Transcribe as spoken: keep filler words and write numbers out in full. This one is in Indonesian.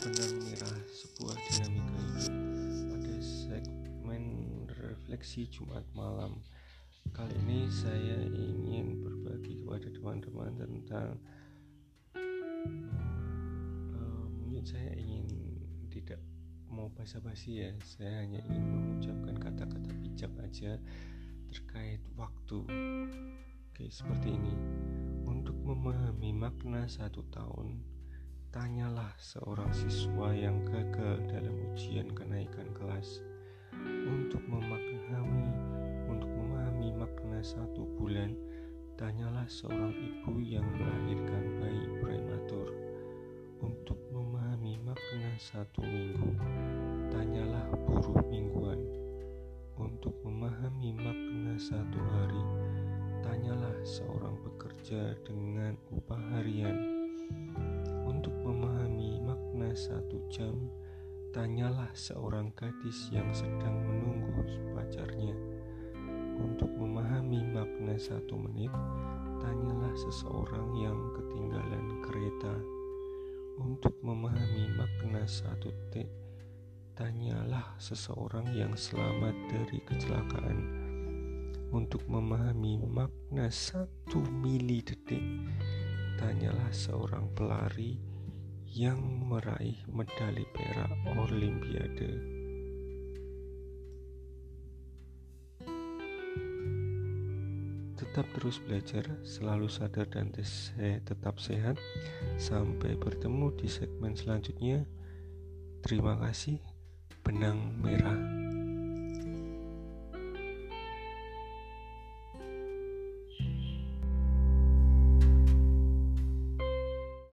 Benang merah sebuah dinamika hidup. Pada segmen refleksi Jumat malam kali ini saya ingin berbagi kepada teman-teman tentang uh, mungkin saya ingin tidak mau basa-basi ya, saya hanya ingin mengucapkan kata-kata bijak aja terkait waktu. Oke, seperti ini. Untuk memahami makna satu tahun, tanyalah seorang siswa yang gagal dalam ujian kenaikan kelas. Untuk memahami untuk memahami makna satu bulan, tanyalah seorang ibu yang melahirkan bayi prematur. Untuk memahami makna satu minggu, tanyalah buruh mingguan. Untuk memahami makna satu hari, tanyalah seorang pekerja dengan upah harian. Untuk memahami makna satu jam, tanyalah seorang gadis yang sedang menunggu pacarnya. Untuk memahami makna satu menit, tanyalah seseorang yang ketinggalan kereta. Untuk memahami makna satu detik, tanyalah seseorang yang selamat dari kecelakaan. Untuk memahami makna satu mili detik, tanyalah seorang pelari yang meraih medali perak Olimpiade. Tetap terus belajar, selalu sadar dan tetap sehat. Sampai bertemu di segmen selanjutnya. Terima kasih. Benang merah.